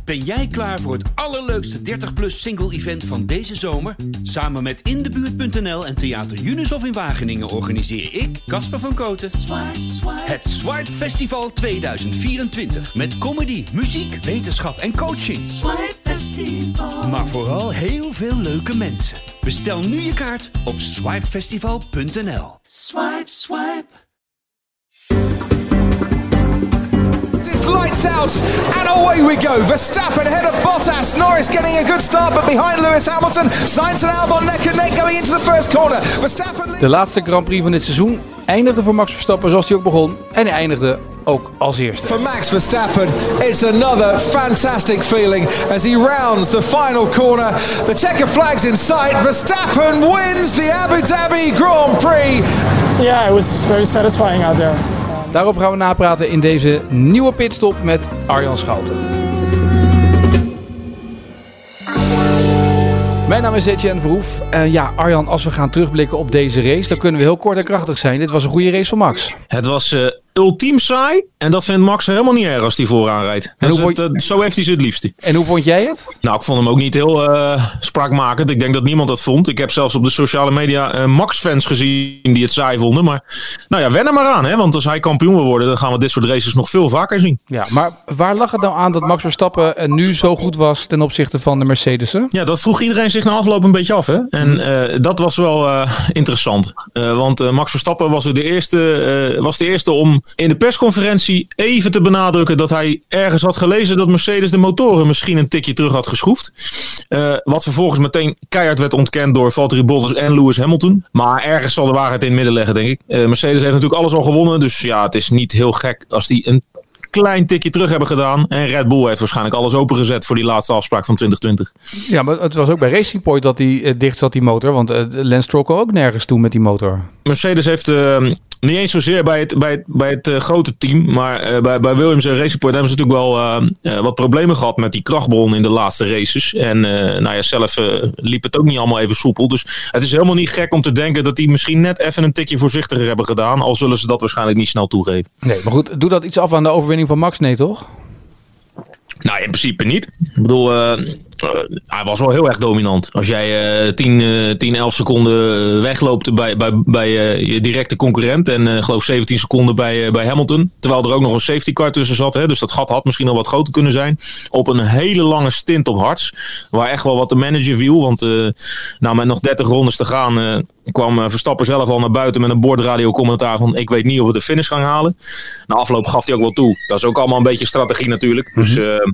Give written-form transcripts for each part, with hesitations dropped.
Ben jij klaar voor het allerleukste 30-plus single-event van deze zomer? Samen met Indebuurt.nl en Theater Junushof in Wageningen organiseer ik, Casper van Kooten, het Swipe Festival 2024. Met comedy, muziek, wetenschap en coaching. Swipe Festival. Maar vooral heel veel leuke mensen. Bestel nu je kaart op swipefestival.nl. Swipe, swipe. It's lights out and away we go. Verstappen ahead of Bottas. Norris getting a good start, but behind Lewis Hamilton. Sainz and Albon neck and neck going into the first corner. Verstappen. De laatste Grand Prix van dit seizoen eindigde voor Max Verstappen zoals hij ook begon. En hij eindigde ook als eerste. For Max Verstappen, it's another fantastic feeling as he rounds the final corner. The checker flag's in sight. Verstappen wins the Abu Dhabi Grand Prix. Yeah, it was very satisfying out there. Daarover gaan we napraten in deze nieuwe pitstop met Arjan Schouten. Mijn naam is Etienne Verhoef. Arjan, als we gaan terugblikken op deze race, dan kunnen we heel kort en krachtig zijn. Dit was een goede race van Max. Het was ultiem saai en dat vindt Max helemaal niet erg als hij vooraan rijdt. Zo heeft hij ze het liefst. En hoe vond jij het? Nou, ik vond hem ook niet heel spraakmakend. Ik denk dat niemand dat vond. Ik heb zelfs op de sociale media Max-fans gezien die het saai vonden. Maar nou ja, wen er maar aan. Hè? Want als hij kampioen wil worden, dan gaan we dit soort races nog veel vaker zien. Ja, maar waar lag het nou aan dat Max Verstappen nu zo goed was ten opzichte van de Mercedes'en? Ja, dat vroeg iedereen zich na afloop een beetje af. Hè? En dat was wel interessant. Want Max Verstappen was de eerste om in de persconferentie even te benadrukken dat hij ergens had gelezen dat Mercedes de motoren misschien een tikje terug had geschroefd. Wat vervolgens meteen keihard werd ontkend door Valtteri Bottas en Lewis Hamilton. Maar ergens zal de waarheid in het midden leggen, denk ik. Mercedes heeft natuurlijk alles al gewonnen, dus ja, het is niet heel gek als die een klein tikje terug hebben gedaan. En Red Bull heeft waarschijnlijk alles opengezet voor die laatste afspraak van 2020. Ja, maar het was ook bij Racing Point dat die dicht zat, die motor. Want Lance Stroll kwam ook nergens toe met die motor. Mercedes heeft niet eens zozeer bij het grote team, maar bij Williams en Racing Point hebben ze natuurlijk wel wat problemen gehad met die krachtbron in de laatste races. En zelf liep het ook niet allemaal even soepel. Dus het is helemaal niet gek om te denken dat die misschien net even een tikje voorzichtiger hebben gedaan. Al zullen ze dat waarschijnlijk niet snel toegeven. Nee, maar goed, doe dat iets af aan de overwinning van Max? Nee, toch? Nou, in principe niet. Ik bedoel, hij was wel heel erg dominant. Als jij 11 seconden wegloopt bij je directe concurrent en geloof 17 seconden bij Hamilton. Terwijl er ook nog een safety car tussen zat. Hè, dus dat gat had misschien al wat groter kunnen zijn. Op een hele lange stint op hards. Waar echt wel wat de manager viel. Want met nog 30 rondes te gaan kwam Verstappen zelf al naar buiten met een bordradiocommentaar van ik weet niet of we de finish gaan halen. Na afloop gaf hij ook wel toe. Dat is ook allemaal een beetje strategie natuurlijk. Dus,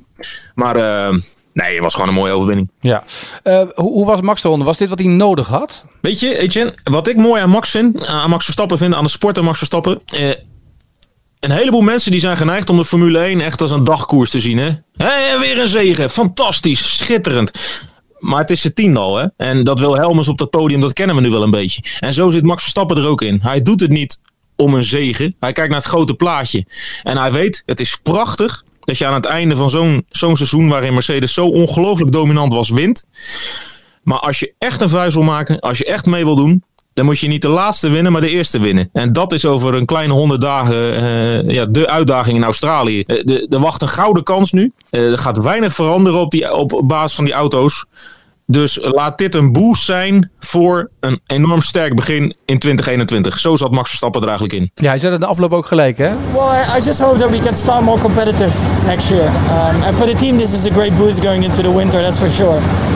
nee, het was gewoon een mooie overwinning. Ja. Hoe was Max eronder? Was dit wat hij nodig had? Weet je, Etienne, wat ik mooi aan Max Verstappen vind, aan de sporter Max Verstappen. Een heleboel mensen die zijn geneigd om de Formule 1 echt als een dagkoers te zien. Hè? Weer een zege, fantastisch, schitterend. Maar het is zijn 10e al, hè? En dat Wilhelmus op dat podium, dat kennen we nu wel een beetje. En zo zit Max Verstappen er ook in. Hij doet het niet om een zege. Hij kijkt naar het grote plaatje. En hij weet, het is prachtig dat je aan het einde van zo'n seizoen waarin Mercedes zo ongelooflijk dominant was, wint. Maar als je echt een vuist wil maken, als je echt mee wil doen, dan moet je niet de laatste winnen, maar de eerste winnen. En dat is over een kleine 100 dagen de uitdaging in Australië. Er wacht een gouden kans nu. Er gaat weinig veranderen op basis van die auto's. Dus laat dit een boost zijn voor een enorm sterk begin in 2021. Zo zat Max Verstappen er eigenlijk in. Ja, hij zet het de afloop ook gelijk, hè? Well, I just hope that we can start more competitive next year. And for the team, this is a great boost going into the winter, that's for sure.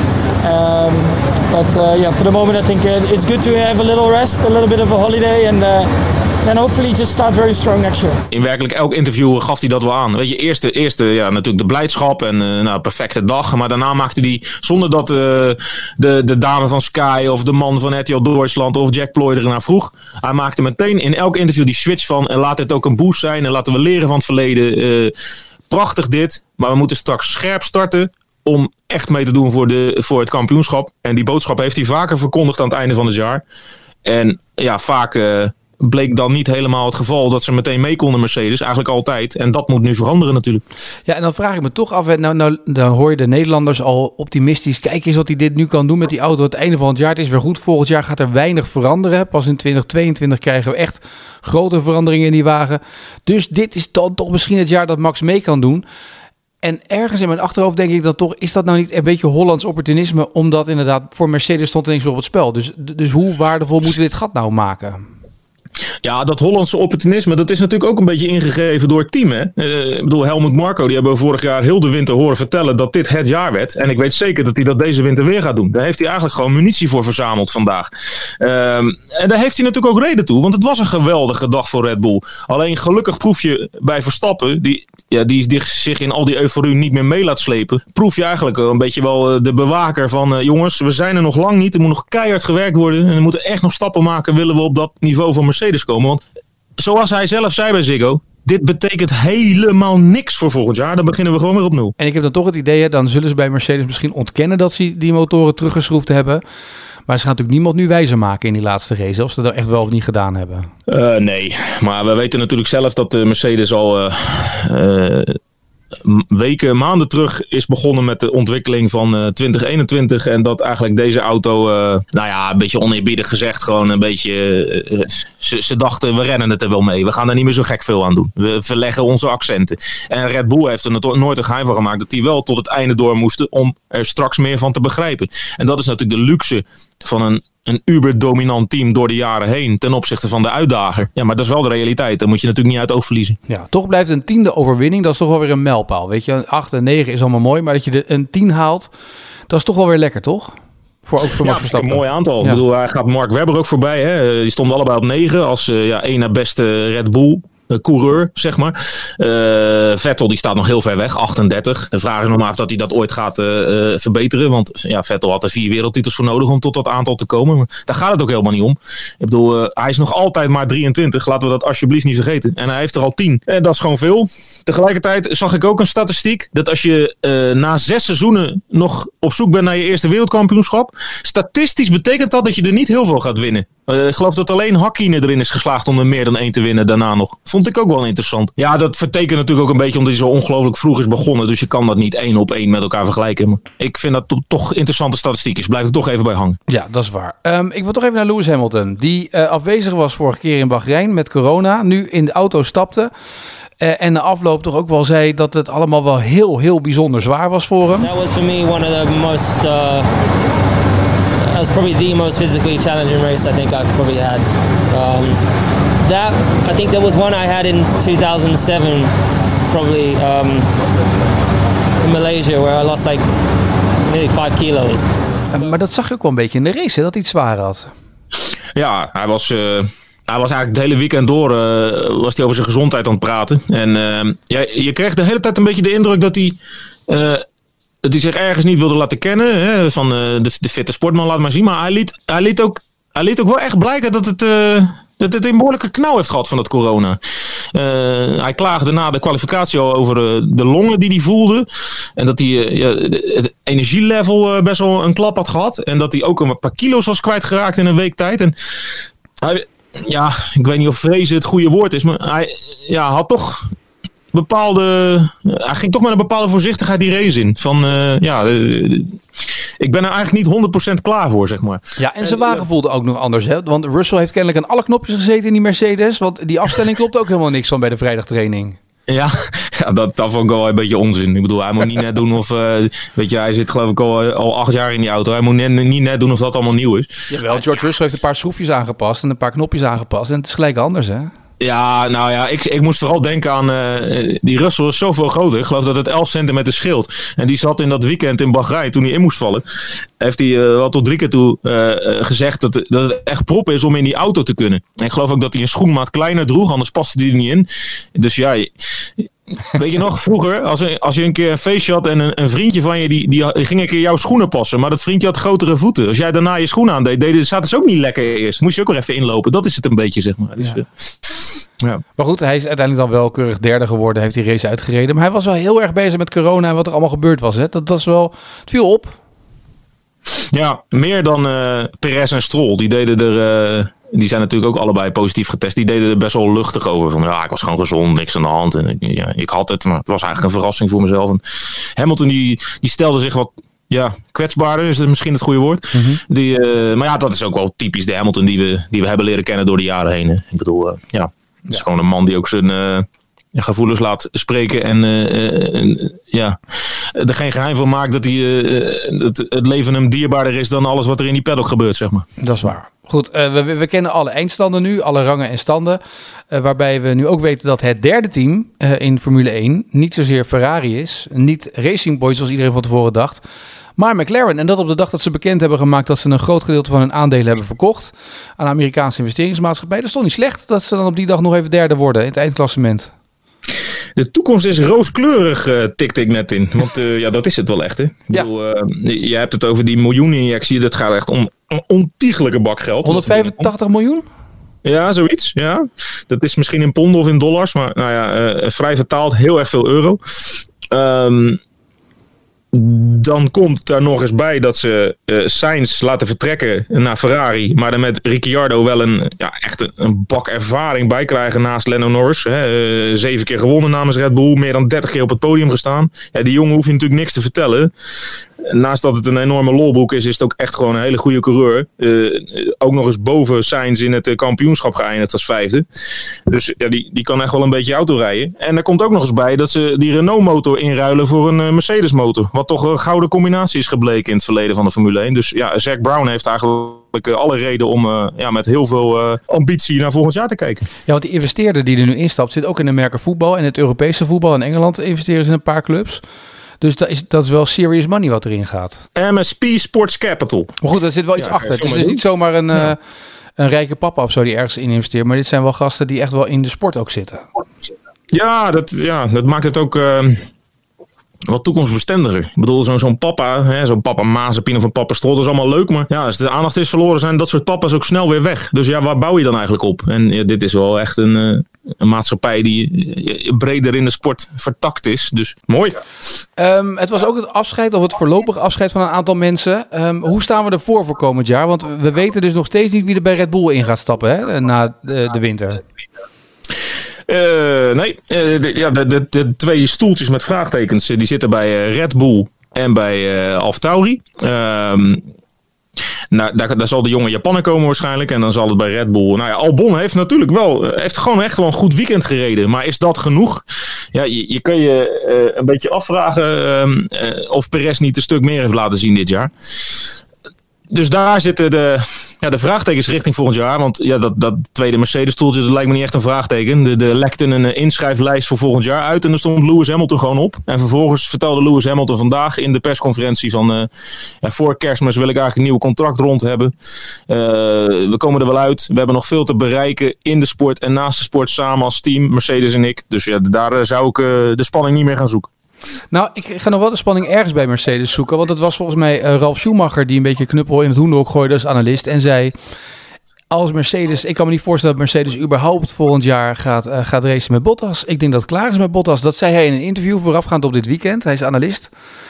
For the moment, I think it's good to have a little rest, a little bit of a holiday, and hopefully just start very strong next year. In werkelijk elk interview gaf hij dat wel aan. Weet je, eerste natuurlijk de blijdschap en perfecte dag. Maar daarna maakte hij, zonder dat de dame van Sky of de man van RTL Duitsland of Jack Ploy ernaar vroeg. Hij maakte meteen in elk interview die switch van en laat dit ook een boost zijn en laten we leren van het verleden. Prachtig dit, maar we moeten straks scherp starten om echt mee te doen voor het kampioenschap. En die boodschap heeft hij vaker verkondigd aan het einde van het jaar. En ja, vaak bleek dan niet helemaal het geval dat ze meteen mee konden Mercedes. Eigenlijk altijd. En dat moet nu veranderen natuurlijk. Ja, en dan vraag ik me toch af. Nou dan hoor je de Nederlanders al optimistisch. Kijk eens wat hij dit nu kan doen met die auto. Het einde van het jaar, het is weer goed. Volgend jaar gaat er weinig veranderen. Pas in 2022 krijgen we echt grote veranderingen in die wagen. Dus dit is dan toch misschien het jaar dat Max mee kan doen. En ergens in mijn achterhoofd denk ik dan toch, is dat nou niet een beetje Hollands opportunisme? Omdat inderdaad voor Mercedes stond er niks meer op het spel. Dus hoe waardevol moeten we dit gat nou maken? Ja, dat Hollandse opportunisme, dat is natuurlijk ook een beetje ingegeven door het team. Hè? Ik bedoel, Helmut Marko, die hebben we vorig jaar heel de winter horen vertellen dat dit het jaar werd. En ik weet zeker dat hij dat deze winter weer gaat doen. Daar heeft hij eigenlijk gewoon munitie voor verzameld vandaag. En daar heeft hij natuurlijk ook reden toe, want het was een geweldige dag voor Red Bull. Alleen gelukkig proef je bij Verstappen, die zich in al die euforie niet meer mee laat slepen, proef je eigenlijk een beetje wel de bewaker van jongens, we zijn er nog lang niet. Er moet nog keihard gewerkt worden en we moeten echt nog stappen maken, willen we op dat niveau van Mercedes komen. Want zoals hij zelf zei bij Ziggo, dit betekent helemaal niks voor volgend jaar. Dan beginnen we gewoon weer op nul. En ik heb dan toch het idee, dan zullen ze bij Mercedes misschien ontkennen dat ze die motoren teruggeschroefd hebben. Maar ze gaan natuurlijk niemand nu wijzer maken in die laatste race, of ze dat echt wel of niet gedaan hebben. Nee, maar we weten natuurlijk zelf dat de Mercedes al maanden terug is begonnen met de ontwikkeling van 2021. En dat eigenlijk deze auto, een beetje oneerbiedig gezegd, gewoon een beetje, ze dachten we rennen het er wel mee. We gaan er niet meer zo gek veel aan doen. We verleggen onze accenten. En Red Bull heeft er nooit een geheim van gemaakt dat die wel tot het einde door moesten om er straks meer van te begrijpen. En dat is natuurlijk de luxe van een uber-dominant team door de jaren heen ten opzichte van de uitdager. Ja, maar dat is wel de realiteit. Dat moet je natuurlijk niet uit het oog verliezen. Ja, toch blijft een 10e overwinning. Dat is toch wel weer een mijlpaal. Weet je, 8 en 9 is allemaal mooi, maar dat je een 10 haalt, dat is toch wel weer lekker, toch? Ook voor Max Verstappen. Een mooi aantal. Ja. Ik bedoel, hij gaat Mark Webber ook voorbij. Hè? Die stonden allebei op 9 als één na beste Red Bull coureur, zeg maar. Vettel die staat nog heel ver weg, 38. De vraag is nog maar of dat hij dat ooit gaat verbeteren. Want Vettel had er 4 wereldtitels voor nodig om tot dat aantal te komen. Maar daar gaat het ook helemaal niet om. Ik bedoel, hij is nog altijd maar 23. Laten we dat alsjeblieft niet vergeten. En hij heeft er al 10. En dat is gewoon veel. Tegelijkertijd zag ik ook een statistiek dat als je na 6 seizoenen nog op zoek bent naar je eerste wereldkampioenschap, statistisch betekent dat je er niet heel veel gaat winnen. Ik geloof dat alleen Hakkinen erin is geslaagd om er meer dan 1 te winnen daarna nog. Vond ik ook wel interessant. Ja, dat vertekent natuurlijk ook een beetje omdat hij zo ongelooflijk vroeg is begonnen. Dus je kan dat niet 1 op 1 met elkaar vergelijken. Maar ik vind dat toch interessante statistiekjes. Blijf ik toch even bij hangen. Ja, dat is waar. Ik wil toch even naar Lewis Hamilton. Die afwezig was vorige keer in Bahrein met corona. Nu in de auto stapte. En de afloop toch ook wel zei dat het allemaal wel heel, heel bijzonder zwaar was voor hem. That was for me one of the most... That was probably the most physically challenging race I think I've probably had. I think there was one I had in 2007, probably in Malaysia, where I lost like nearly 5 kilos. Maar dat zag je ook wel een beetje in de race, hè, dat hij het zwaar had. Ja, hij was eigenlijk het hele weekend door was hij over zijn gezondheid aan het praten. En je kreeg de hele tijd een beetje de indruk dat hij zich ergens niet wilde laten kennen. Hè, van de fitte sportman, laat maar zien. Maar hij liet ook wel echt blijken dat het een behoorlijke knauw heeft gehad van het corona. Hij klaagde na de kwalificatie al over de longen die hij voelde. En dat hij het energielevel best wel een klap had gehad. En dat hij ook een paar kilo's was kwijtgeraakt in een week tijd. En ik weet niet of vrezen het goede woord is. Maar hij had toch... hij ging toch met een bepaalde voorzichtigheid die race in. Ik ben er eigenlijk niet 100% klaar voor, zeg maar. Ja, en zijn wagen voelde ook nog anders, hè? Want Russell heeft kennelijk aan alle knopjes gezeten in die Mercedes. Want die afstelling klopt ook helemaal niks van bij de vrijdagtraining. Ja, dat vond ik wel een beetje onzin. Ik bedoel, hij moet niet net doen of... hij zit geloof ik al 8 jaar in die auto. Hij moet niet net doen of dat allemaal nieuw is. Jawel, George Russell heeft een paar schroefjes aangepast en een paar knopjes aangepast. En het is gelijk anders, hè? Ja, nou ja, ik moest vooral denken aan... die Russell is zoveel groter. Ik geloof dat het 11 centimeter scheelt. En die zat in dat weekend in Bahrein, toen hij in moest vallen... heeft hij wel tot 3 keer toe gezegd dat het echt prop is om in die auto te kunnen. En ik geloof ook dat hij een schoenmaat kleiner droeg, anders paste die er niet in. Dus ja... Weet je nog, vroeger, als je een keer een feestje had en een vriendje van je, die ging een keer jouw schoenen passen, maar dat vriendje had grotere voeten. Als jij daarna je schoenen aandeed, zaten ze ook niet lekker eerst. Moest je ook weer even inlopen. Dat is het een beetje, zeg maar. Dus, ja. Maar goed, hij is uiteindelijk dan wel keurig 3e geworden, heeft die race uitgereden. Maar hij was wel heel erg bezig met corona en wat er allemaal gebeurd was. Hè? Dat was wel, het viel op. Ja, meer dan Perez en Stroll. Die deden er... Die zijn natuurlijk ook allebei positief getest. Die deden er best wel luchtig over. Van ik was gewoon gezond, niks aan de hand. En ik had het, maar het was eigenlijk een verrassing voor mezelf. En Hamilton die stelde zich wat kwetsbaarder, is dat misschien het goede woord. Mm-hmm. Maar dat is ook wel typisch de Hamilton die we hebben leren kennen door de jaren heen. Hè. Ik bedoel, het is gewoon een man die ook gevoelens laat spreken. En er geen geheim van maakt dat het leven hem dierbaarder is dan alles wat er in die paddock gebeurt, zeg maar. Dat is waar. Goed, we kennen alle eindstanden nu, alle rangen en standen. Waarbij we nu ook weten dat het derde team in Formule 1 niet zozeer Ferrari is. Niet Racing Point zoals iedereen van tevoren dacht. Maar McLaren. En dat op de dag dat ze bekend hebben gemaakt dat ze een groot gedeelte van hun aandelen hebben verkocht aan Amerikaanse investeringsmaatschappij. Dat is toch niet slecht dat ze dan op die dag nog even derde worden in het eindklassement. De toekomst is rooskleurig, tikte ik net in. Want dat is het wel echt. Hè? Ik bedoel, je hebt het over die miljoeneninjectie. Dat gaat echt om een ontiegelijke bak geld. 185 miljoen? Ja, zoiets. Ja. Dat is misschien in ponden of in dollars. Maar vrij vertaald heel erg veel euro. Dan komt daar nog eens bij dat ze Sainz laten vertrekken naar Ferrari. Maar dan met Ricciardo wel echt een bak ervaring bij krijgen naast Lando Norris. 7 keer gewonnen namens Red Bull. Meer dan 30 keer op het podium gestaan. Ja, die jongen hoef je natuurlijk niks te vertellen. Naast dat het een enorme lolboek is het ook echt gewoon een hele goede coureur. Ook nog eens boven Sainz in het kampioenschap geëindigd als 5e. Dus ja, die kan echt wel een beetje auto rijden. En er komt ook nog eens bij dat ze die Renault motor inruilen voor een Mercedes motor. Wat toch een gouden combinatie is gebleken in het verleden van de Formule 1. Dus ja, Zac Brown heeft eigenlijk alle reden om met heel veel ambitie naar volgend jaar te kijken. Ja, want die investeerder die er nu instapt zit ook in de merken voetbal en het Europese voetbal. In Engeland investeren ze in een paar clubs. Dus dat is wel serious money wat erin gaat. MSP Sports Capital. Maar goed, er zit wel iets achter. Het is niet zomaar een rijke papa of zo die ergens in investeert. Maar dit zijn wel gasten die echt wel in de sport ook zitten. Ja, dat maakt het ook wat toekomstbestendiger. Ik bedoel, zo'n papa, zo'n papa Mazepin of een papa Stroll, dat is allemaal leuk. Maar ja, als de aandacht is verloren, zijn dat soort papa's ook snel weer weg. Dus ja, waar bouw je dan eigenlijk op? En dit is wel echt een maatschappij die breder in de sport vertakt is. Dus mooi. Het was ook het afscheid of het voorlopig afscheid van een aantal mensen. Hoe staan we ervoor voor komend jaar? Want we weten dus nog steeds niet wie er bij Red Bull in gaat stappen na de winter. Nee, de 2 stoeltjes met vraagtekens die zitten bij Red Bull en bij AlphaTauri. Daar zal de jonge Japaner komen waarschijnlijk. En dan zal het bij Red Bull. Nou ja, Albon heeft natuurlijk gewoon echt wel een goed weekend gereden. Maar is dat genoeg? Ja, je kan je een beetje afvragen of Perez niet een stuk meer heeft laten zien dit jaar. Dus daar zitten de vraagtekens richting volgend jaar. Want ja, dat tweede Mercedes-stoeltje, dat lijkt me niet echt een vraagteken. De lekte een inschrijflijst voor volgend jaar uit. En er stond Lewis Hamilton gewoon op. En vervolgens vertelde Lewis Hamilton vandaag in de persconferentie van voor Kerstmis wil ik eigenlijk een nieuw contract rond hebben. We komen er wel uit. We hebben nog veel te bereiken in de sport en naast de sport samen als team, Mercedes en ik. Dus ja, daar zou ik de spanning niet meer gaan zoeken. Nou, ik ga nog wel de spanning ergens bij Mercedes zoeken. Want het was volgens mij Ralf Schumacher die een beetje knuppel in het hoenderhok gooide als analist. En zei, als Mercedes, ik kan me niet voorstellen dat Mercedes überhaupt volgend jaar gaat racen met Bottas. Ik denk dat het klaar is met Bottas. Dat zei hij in een interview voorafgaand op dit weekend. Hij is analist.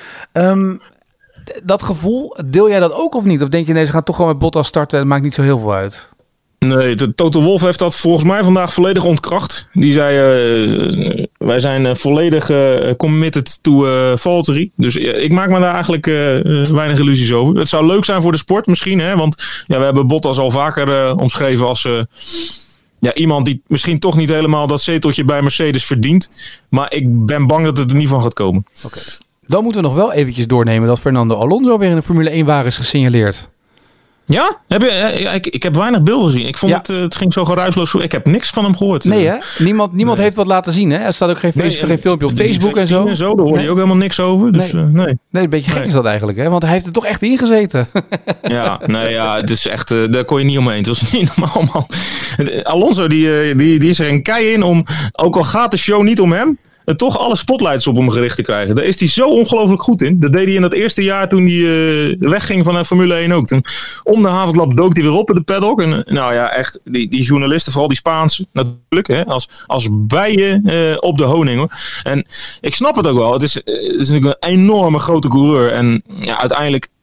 Dat gevoel, deel jij dat ook of niet? Of denk je, nee, ze gaan toch gewoon met Bottas starten en het maakt niet zo heel veel uit? Nee, Toto Wolff heeft dat volgens mij vandaag volledig ontkracht. Die zei, wij zijn volledig committed to Valtteri. Dus ik maak me daar eigenlijk weinig illusies over. Het zou leuk zijn voor de sport misschien. Hè? Want ja, we hebben Bottas al vaker omschreven als iemand die misschien toch niet helemaal dat zeteltje bij Mercedes verdient. Maar ik ben bang dat het er niet van gaat komen. Okay. Dan moeten we nog wel eventjes doornemen dat Fernando Alonso weer in de Formule 1 wagen is gesignaleerd. Ja? Ik heb weinig beelden gezien. Ik vond het ging zo geruisloos. Ik heb niks van hem gehoord. Nee hè? Niemand heeft wat laten zien hè? Er staat ook geen filmpje op Facebook en zo. Daar hoor je ook helemaal niks over. Dus, nee, een beetje gek is dat eigenlijk hè? Want hij heeft er toch echt in gezeten. Het is echt, daar kon je niet omheen. Het was niet normaal man. Alonso die is er een kei in om, ook al gaat de show niet om hem, toch alle spotlights op hem gericht te krijgen. Daar is hij zo ongelooflijk goed in. Dat deed hij in dat eerste jaar toen hij wegging van de Formule 1 ook. Toen om de havenklap dook hij weer op in de paddock. En echt, die journalisten, vooral die Spaanse, natuurlijk, hè, als bijen op de honing. Hoor. En ik snap het ook wel. Het is natuurlijk een enorme grote coureur. En ja, uiteindelijk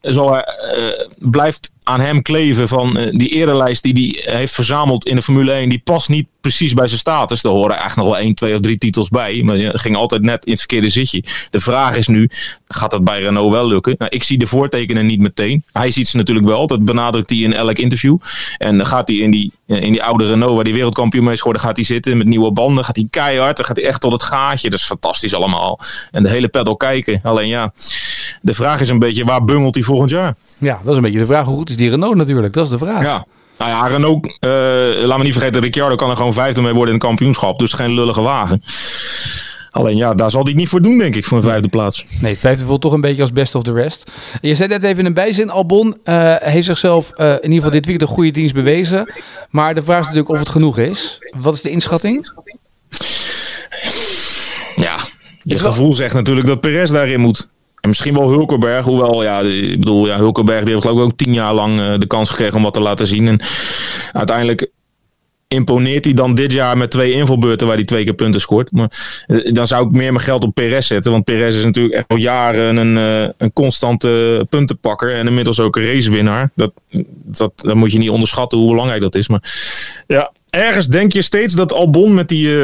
blijft aan hem kleven van die erelijst die hij heeft verzameld in de Formule 1. Die past niet precies bij zijn status. Er horen eigenlijk nog wel 1, 2 of 3 titels bij. Maar het ging altijd net in het verkeerde zitje. De vraag is nu, gaat dat bij Renault wel lukken? Nou, ik zie de voortekenen niet meteen. Hij ziet ze natuurlijk wel. Dat benadrukt hij in elk interview. En dan gaat hij in die oude Renault, waar hij wereldkampioen mee is geworden, gaat hij zitten met nieuwe banden. Gaat hij keihard. Dan gaat hij echt tot het gaatje. Dat is fantastisch allemaal. En de hele pedal kijken. Alleen ja, de vraag is een beetje, waar bungelt hij volgend jaar? Ja, dat is een beetje de vraag. Hoe goed is die Renault natuurlijk? Dat is de vraag. Ja. Nou ja, Renault, laat me niet vergeten, Ricciardo kan er gewoon 5e mee worden in het kampioenschap. Dus geen lullige wagen. Alleen ja, daar zal hij het niet voor doen, denk ik, voor een 5e plaats. Nee, 5e voelt toch een beetje als best of the rest. Je zei net even in een bijzin, Albon heeft zichzelf in ieder geval dit weekend een goede dienst bewezen. Maar de vraag is natuurlijk of het genoeg is. Wat is de inschatting? Ja, je gevoel zegt natuurlijk dat Perez daarin moet. En misschien wel Hülkenberg, hoewel, ja, ik bedoel, ja, Hülkenberg die heeft geloof ik ook 10 jaar lang de kans gekregen om wat te laten zien. En uiteindelijk imponeert hij dan dit jaar met 2 invalbeurten waar hij 2 keer punten scoort. Maar dan zou ik meer mijn geld op Perez zetten. Want Perez is natuurlijk echt al jaren een constante puntenpakker. En inmiddels ook een racewinnaar. Dat moet je niet onderschatten hoe belangrijk dat is. Maar ja, ergens denk je steeds dat Albon met die...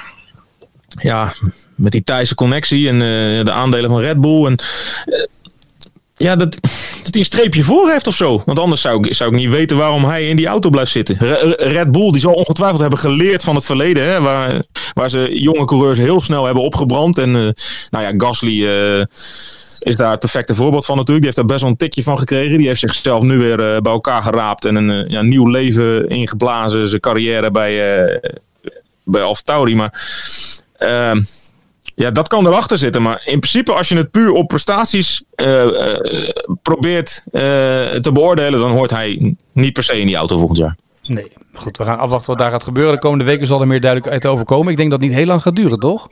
met die Thaise connectie en de aandelen van Red Bull. En dat hij een streepje voor heeft of zo. Want anders zou ik niet weten waarom hij in die auto blijft zitten. Red Bull die zal ongetwijfeld hebben geleerd van het verleden. Hè, waar ze jonge coureurs heel snel hebben opgebrand. En Gasly is daar het perfecte voorbeeld van natuurlijk. Die heeft daar best wel een tikje van gekregen. Die heeft zichzelf nu weer bij elkaar geraapt. En een nieuw leven ingeblazen. Zijn carrière bij AlphaTauri. Maar... dat kan erachter zitten. Maar in principe, als je het puur op prestaties probeert te beoordelen, dan hoort hij niet per se in die auto volgend jaar. Nee, goed. We gaan afwachten wat daar gaat gebeuren. De komende weken zal er meer duidelijkheid over komen. Ik denk dat het niet heel lang gaat duren, toch?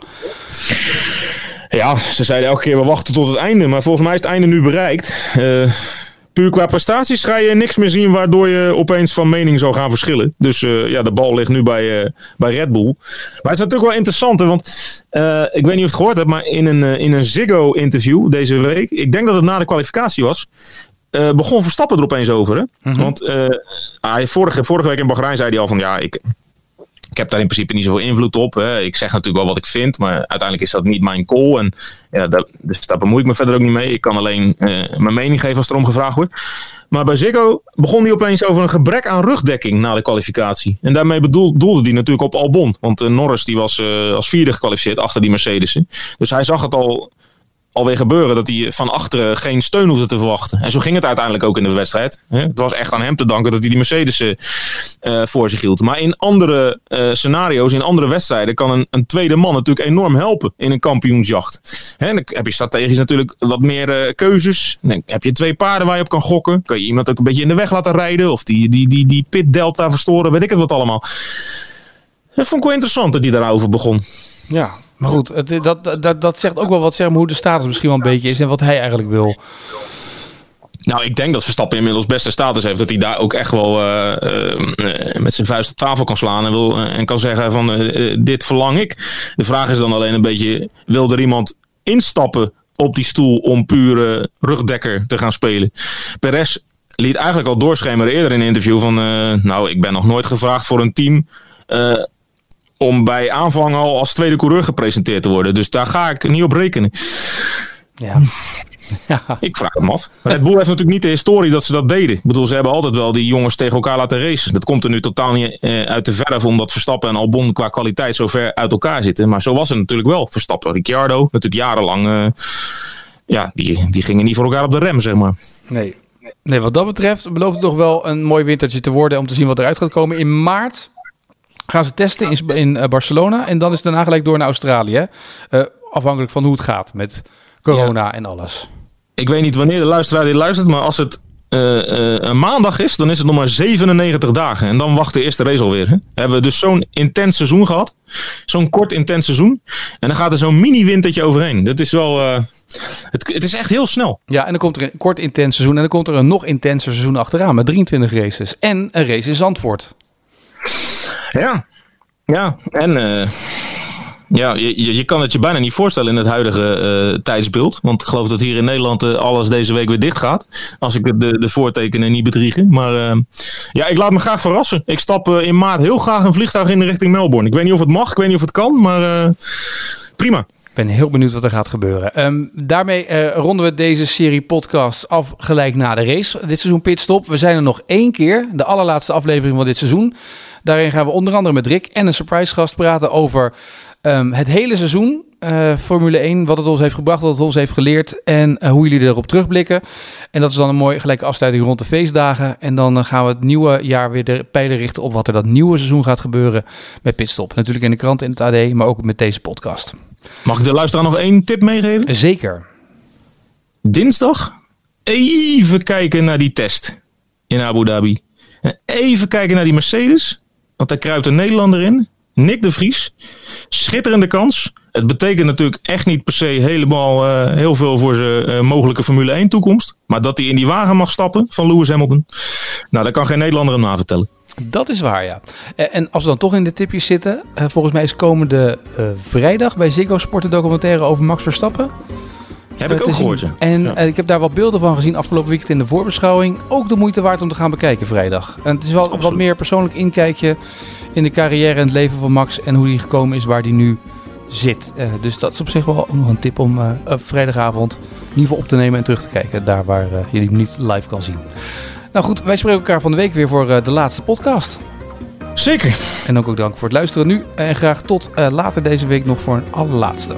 Ja, ze zeiden elke keer we wachten tot het einde. Maar volgens mij is het einde nu bereikt. Puur qua prestaties ga je niks meer zien waardoor je opeens van mening zou gaan verschillen. Dus de bal ligt nu bij Red Bull. Maar het is natuurlijk wel interessant, hè, want ik weet niet of je het gehoord hebt, maar in een Ziggo-interview deze week, ik denk dat het na de kwalificatie was, begon Verstappen er opeens over. Hè? Mm-hmm. Want vorige week in Bahrein zei hij al van ja, ik heb daar in principe niet zoveel invloed op. Hè. Ik zeg natuurlijk wel wat ik vind, maar uiteindelijk is dat niet mijn call. En ja, dus daar bemoei ik me verder ook niet mee. Ik kan alleen mijn mening geven als er om gevraagd wordt. Maar bij Ziggo begon hij opeens over een gebrek aan rugdekking na de kwalificatie. En daarmee doelde hij natuurlijk op Albon. Want Norris die was als 4e gekwalificeerd achter die Mercedes'en. Dus hij zag het alweer gebeuren dat hij van achteren geen steun hoefde te verwachten. En zo ging het uiteindelijk ook in de wedstrijd. Het was echt aan hem te danken dat hij die Mercedes voor zich hield. Maar in andere scenario's, in andere wedstrijden, kan een tweede man natuurlijk enorm helpen in een kampioensjacht. Dan heb je strategisch natuurlijk wat meer keuzes. Dan heb je 2 paarden waar je op kan gokken. Kan je iemand ook een beetje in de weg laten rijden of die pit delta verstoren, weet ik het wat allemaal. Dat vond ik wel interessant dat hij daarover begon. Ja, maar goed, dat zegt ook wel wat, zeg maar, hoe de status misschien wel een beetje is en wat hij eigenlijk wil. Nou, ik denk dat Verstappen inmiddels beste status heeft. Dat hij daar ook echt wel met zijn vuist op tafel kan slaan en kan zeggen van dit verlang ik. De vraag is dan alleen een beetje, wil er iemand instappen op die stoel om pure rugdekker te gaan spelen? Perez liet eigenlijk al doorschemeren eerder in een interview van ik ben nog nooit gevraagd voor een team om bij aanvang al als tweede coureur gepresenteerd te worden. Dus daar ga ik niet op rekenen. Ja. Ik vraag hem af. Red Bull heeft natuurlijk niet de historie dat ze dat deden. Ik bedoel, ze hebben altijd wel die jongens tegen elkaar laten racen. Dat komt er nu totaal niet uit de verf, omdat Verstappen en Albon qua kwaliteit zo ver uit elkaar zitten. Maar zo was het natuurlijk wel. Verstappen, Ricciardo, natuurlijk jarenlang. Die gingen niet voor elkaar op de rem, zeg maar. Nee, wat dat betreft belooft het nog wel een mooi wintertje te worden om te zien wat eruit gaat komen. In maart gaan ze testen in Barcelona en dan is het daarna gelijk door naar Australië. Afhankelijk van hoe het gaat met corona en alles. Ik weet niet wanneer de luisteraar dit luistert, maar als het een maandag is, dan is het nog maar 97 dagen. En dan wacht de eerste race alweer. Hè? Hebben we dus zo'n intens seizoen gehad. Zo'n kort intens seizoen. En dan gaat er zo'n mini-wintertje overheen. Dat is wel... Het is echt heel snel. Ja, en dan komt er een kort intens seizoen en dan komt er een nog intenser seizoen achteraan met 23 races. En een race in Zandvoort. Ja, en Ja, je kan het je bijna niet voorstellen in het huidige tijdsbeeld. Want ik geloof dat hier in Nederland alles deze week weer dicht gaat. Als ik de voortekenen niet bedriegen. Maar ik laat me graag verrassen. Ik stap in maart heel graag een vliegtuig in de richting Melbourne. Ik weet niet of het mag, ik weet niet of het kan, maar prima. Ik ben heel benieuwd wat er gaat gebeuren. Daarmee ronden we deze serie podcasts af gelijk na de race. Dit seizoen Pitstop. We zijn er nog 1 keer. De allerlaatste aflevering van dit seizoen. Daarin gaan we onder andere met Rick en een surprise gast praten over het hele seizoen. Formule 1, wat het ons heeft gebracht, wat het ons heeft geleerd en hoe jullie erop terugblikken. En dat is dan een mooie gelijke afsluiting rond de feestdagen. En dan gaan we het nieuwe jaar weer de pijlen richten op wat er dat nieuwe seizoen gaat gebeuren met Pitstop. Natuurlijk in de krant, in het AD, maar ook met deze podcast. Mag ik de luisteraar nog 1 tip meegeven? Zeker. Dinsdag even kijken naar die test in Abu Dhabi. En even kijken naar die Mercedes, want daar kruipt een Nederlander in. Nick de Vries. Schitterende kans. Het betekent natuurlijk echt niet per se helemaal heel veel voor zijn mogelijke Formule 1 toekomst. Maar dat hij in die wagen mag stappen van Lewis Hamilton. Nou, daar kan geen Nederlander hem na vertellen. Dat is waar, ja. En als we dan toch in de tipjes zitten. Volgens mij is komende vrijdag bij Ziggo Sport een documentaire over Max Verstappen. Heb ik ook gehoord, ja. En ik heb daar wat beelden van gezien afgelopen weekend in de voorbeschouwing. Ook de moeite waard om te gaan bekijken vrijdag. En het is wel wat meer persoonlijk inkijkje in de carrière en het leven van Max. En hoe hij gekomen is waar hij nu zit. Dus dat is op zich wel ook nog een tip om vrijdagavond in ieder geval op te nemen en terug te kijken. Daar waar je hem niet live kan zien. Nou goed, wij spreken elkaar van de week weer voor de laatste podcast. Zeker. En dan ook dank voor het luisteren nu. En graag tot later deze week nog voor een allerlaatste.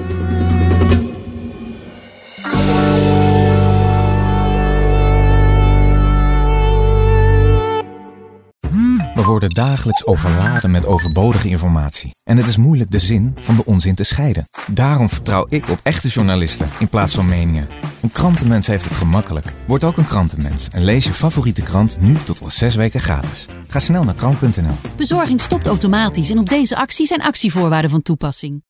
We worden dagelijks overladen met overbodige informatie. En het is moeilijk de zin van de onzin te scheiden. Daarom vertrouw ik op echte journalisten in plaats van meningen. Een krantenmens heeft het gemakkelijk. Word ook een krantenmens en lees je favoriete krant nu tot al 6 weken gratis. Ga snel naar krant.nl. Bezorging stopt automatisch en op deze actie zijn actievoorwaarden van toepassing.